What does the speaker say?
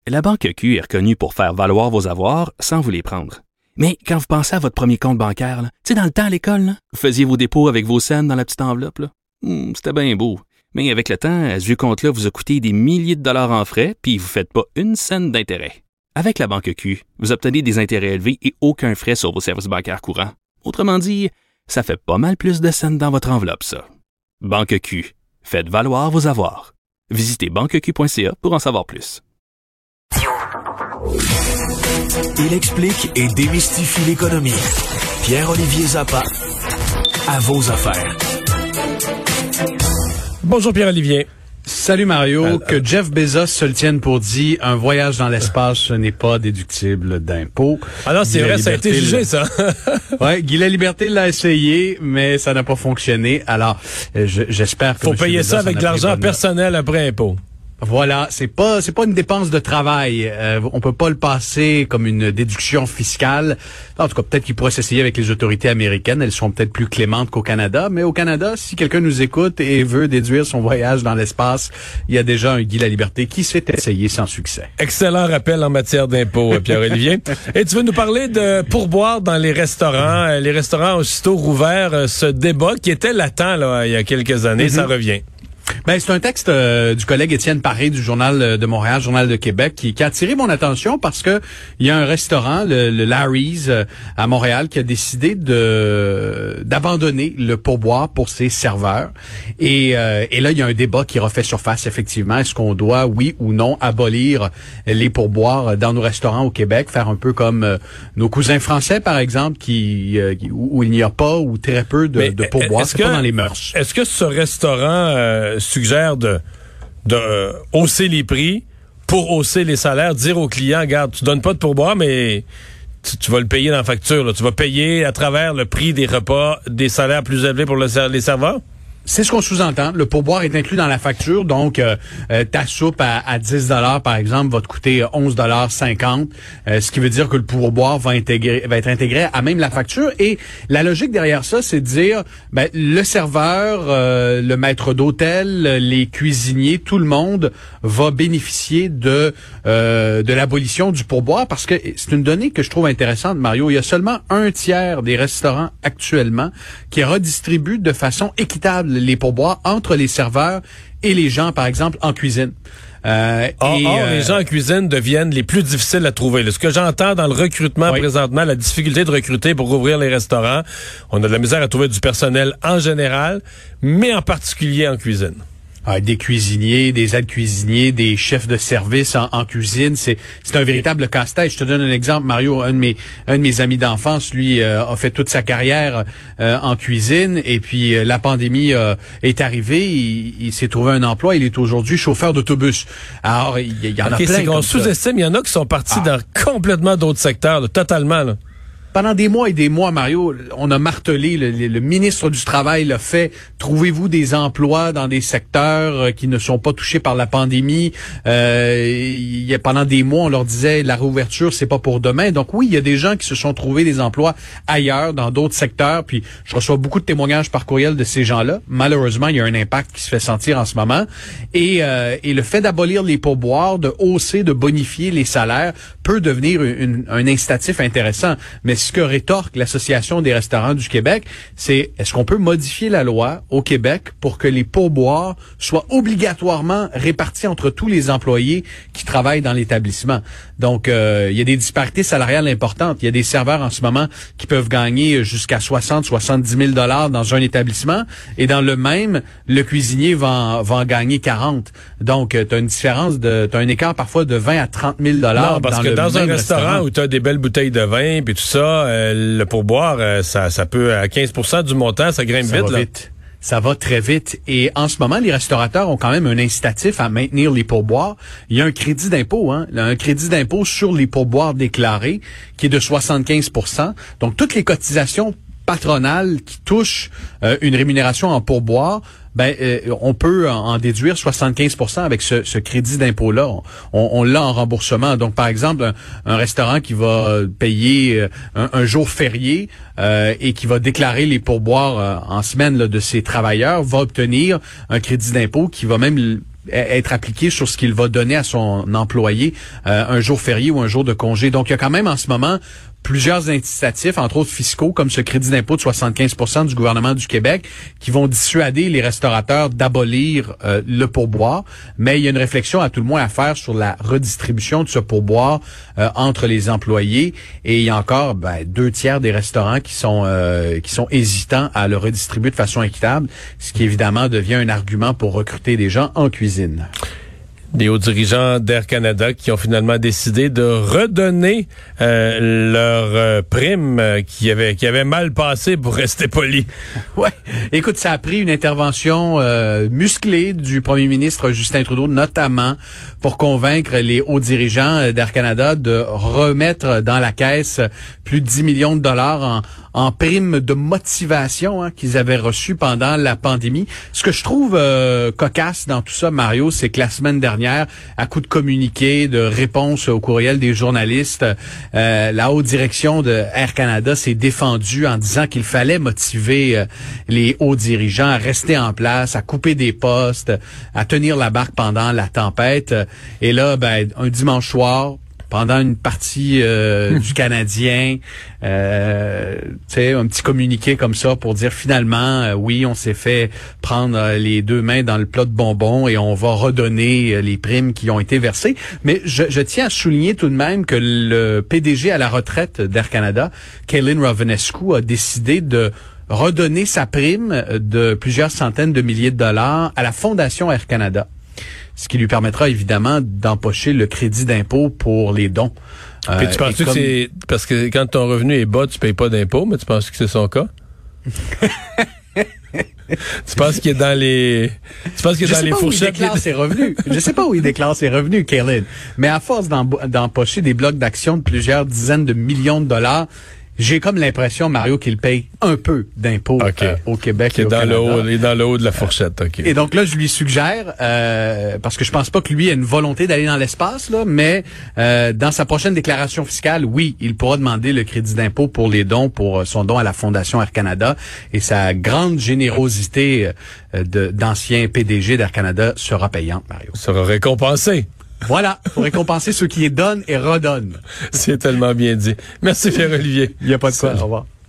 La Banque Q est reconnue pour faire valoir vos avoirs sans vous les prendre. Mais quand vous pensez à votre premier compte bancaire, tu sais, dans le temps à l'école, là, vous faisiez vos dépôts avec vos scènes dans la petite enveloppe. Là. C'était bien beau. Mais avec le temps, ce vieux compte-là vous a coûté des milliers de dollars en frais, puis vous ne faites pas une scène d'intérêt. Avec la Banque Q, vous obtenez des intérêts élevés et aucun frais sur vos services bancaires courants. Autrement dit, ça fait pas mal plus de scènes dans votre enveloppe, ça. Banque Q. Faites valoir vos avoirs. Visitez banqueq.ca pour en savoir plus. Il explique et démystifie l'économie. Pierre-Olivier Zappa, à vos affaires. Bonjour Pierre-Olivier. Salut Mario. Que Jeff Bezos se le tienne pour dit, un voyage dans l'espace, ce n'est pas déductible d'impôt. Ah non, c'est vrai, ça a été jugé, ça. Ouais, Guy Laliberté l'a essayé, mais ça n'a pas fonctionné. Alors, j'espère que... Faut payer ça avec de l'argent personnel après impôt. Voilà, c'est pas une dépense de travail. On peut pas le passer comme une déduction fiscale. En tout cas, peut-être qu'il pourrait s'essayer avec les autorités américaines. Elles sont peut-être plus clémentes qu'au Canada. Mais au Canada, si quelqu'un nous écoute et veut déduire son voyage dans l'espace, il y a déjà un Guy Laliberté qui s'est essayé sans succès. Excellent rappel en matière d'impôts, Pierre-Olivier. Et tu veux nous parler de pourboire dans les restaurants. Les restaurants aussitôt rouverts, ce débat qui était latent là, il y a quelques années, ça revient. Ben, c'est un texte du collègue Étienne Paré du Journal de Montréal, Journal de Québec, qui a attiré mon attention parce que il y a un restaurant, le Larry's, à Montréal, qui a décidé d'abandonner le pourboire pour ses serveurs. Et là, il y a un débat qui refait surface, effectivement. Est-ce qu'on doit, oui ou non, abolir les pourboires dans nos restaurants au Québec, faire un peu comme nos cousins français, par exemple, où il n'y a pas ou très peu de pourboires. C'est pas dans les mœurs. Est-ce que ce restaurant suggère de hausser les prix pour hausser les salaires, dire aux clients, regarde, tu donnes pas de pourboire, mais tu vas le payer dans la facture. Là. Tu vas payer à travers le prix des repas des salaires plus élevés pour les serveurs? C'est ce qu'on sous-entend. Le pourboire est inclus dans la facture, donc ta soupe à 10 $ par exemple va te coûter 11,50 $, ce qui veut dire que le pourboire va être intégré à même la facture. Et la logique derrière ça, c'est de dire le serveur, le maître d'hôtel, les cuisiniers, tout le monde va bénéficier de l'abolition du pourboire, parce que c'est une donnée que je trouve intéressante, Mario. Il y a seulement 1/3 des restaurants actuellement qui redistribuent de façon équitable les pourboires entre les serveurs et les gens, par exemple, en cuisine. Les gens en cuisine deviennent les plus difficiles à trouver. Là, ce que j'entends dans le recrutement présentement, la difficulté de recruter pour ouvrir les restaurants, on a de la misère à trouver du personnel en général, mais en particulier en cuisine. Des cuisiniers, des aides-cuisiniers, des chefs de service en cuisine, c'est un véritable casse-tête. Je te donne un exemple, Mario. Un de mes amis d'enfance, lui, a fait toute sa carrière en cuisine, et puis la pandémie est arrivée, il s'est trouvé un emploi, il est aujourd'hui chauffeur d'autobus. Alors, il y en a plein. C'est qu'on sous-estime, il y en a qui sont partis dans complètement d'autres secteurs, là, totalement, là. Pendant des mois et des mois, Mario, on a martelé, le ministre du Travail l'a fait, trouvez-vous des emplois dans des secteurs qui ne sont pas touchés par la pandémie. Pendant des mois, on leur disait, la réouverture, c'est pas pour demain. Donc oui, il y a des gens qui se sont trouvés des emplois ailleurs, dans d'autres secteurs, puis je reçois beaucoup de témoignages par courriel de ces gens-là. Malheureusement, il y a un impact qui se fait sentir en ce moment. Et le fait d'abolir les pourboires, de hausser, de bonifier les salaires, peut devenir un incitatif intéressant. Mais ce que rétorque l'Association des restaurants du Québec, c'est est-ce qu'on peut modifier la loi au Québec pour que les pourboires soient obligatoirement répartis entre tous les employés qui travaillent dans l'établissement? Donc, il y a des disparités salariales importantes. Il y a des serveurs en ce moment qui peuvent gagner jusqu'à 70 000 $ dans un établissement, et dans le même, le cuisinier va en gagner 40. Donc, tu as une différence t'as un écart parfois de 20 à 30 000 $. Non, parce que dans un restaurant où tu as des belles bouteilles de vin puis tout ça, le pourboire, ça peut, à 15% du montant, ça grimpe vite. Ça va très vite. Et en ce moment, les restaurateurs ont quand même un incitatif à maintenir les pourboires. Il y a un crédit d'impôt, un crédit d'impôt sur les pourboires déclarés qui est de 75%. Donc, toutes les cotisations patronales qui touchent une rémunération en pourboire, on peut en déduire 75% avec ce crédit d'impôt-là. On l'a en remboursement. Donc, par exemple, un restaurant qui va payer un jour férié et qui va déclarer les pourboires en semaine là, de ses travailleurs va obtenir un crédit d'impôt qui va même être appliqué sur ce qu'il va donner à son employé un jour férié ou un jour de congé. Donc, il y a quand même en ce moment plusieurs incitatifs, entre autres fiscaux, comme ce crédit d'impôt de 75% du gouvernement du Québec, qui vont dissuader les restaurateurs d'abolir le pourboire. Mais il y a une réflexion à tout le moins à faire sur la redistribution de ce pourboire entre les employés. Et il y a encore 2/3 des restaurants qui sont hésitants à le redistribuer de façon équitable, ce qui évidemment devient un argument pour recruter des gens en cuisine. Des hauts dirigeants d'Air Canada qui ont finalement décidé de redonner leur prime qui avait mal passé, pour rester poli. Ouais. Écoute, ça a pris une intervention musclée du premier ministre Justin Trudeau, notamment pour convaincre les hauts dirigeants d'Air Canada de remettre dans la caisse plus de 10 millions de dollars en prime de motivation qu'ils avaient reçues pendant la pandémie. Ce que je trouve cocasse dans tout ça, Mario, c'est que la semaine dernière, à coup de communiqué, de réponse au courriel des journalistes, la haute direction de Air Canada s'est défendue en disant qu'il fallait motiver les hauts dirigeants à rester en place, à couper des postes, à tenir la barque pendant la tempête. Et là, un dimanche soir, pendant une partie du Canadien, un petit communiqué comme ça pour dire finalement, oui, on s'est fait prendre les deux mains dans le plat de bonbons et on va redonner les primes qui ont été versées. Mais je tiens à souligner tout de même que le PDG à la retraite d'Air Canada, Calin Rovinescu, a décidé de redonner sa prime de plusieurs centaines de milliers de dollars à la Fondation Air Canada, ce qui lui permettra évidemment d'empocher le crédit d'impôt pour les dons. Puis tu penses que c'est parce que quand ton revenu est bas, tu payes pas d'impôt, mais tu penses que c'est son cas? Tu penses qu'il est dans les fourchettes? Je sais pas où il déclare ses revenus, Calin. Mais à force d'empocher des blocs d'actions de plusieurs dizaines de millions de dollars, j'ai comme l'impression, Mario, qu'il paye un peu d'impôts au Québec et au Canada. Il est dans le haut de la fourchette. Okay. Et donc là, je lui suggère, parce que je pense pas que lui ait une volonté d'aller dans l'espace, là, mais dans sa prochaine déclaration fiscale, oui, il pourra demander le crédit d'impôt pour les dons, pour son don à la Fondation Air Canada. Et sa grande générosité d'ancien PDG d'Air Canada sera payante, Mario. Sera récompensé. Voilà, faut récompenser ceux qui les donnent et redonnent. C'est tellement bien dit. Merci Pierre-Olivier. Il n'y a pas de quoi. Au revoir.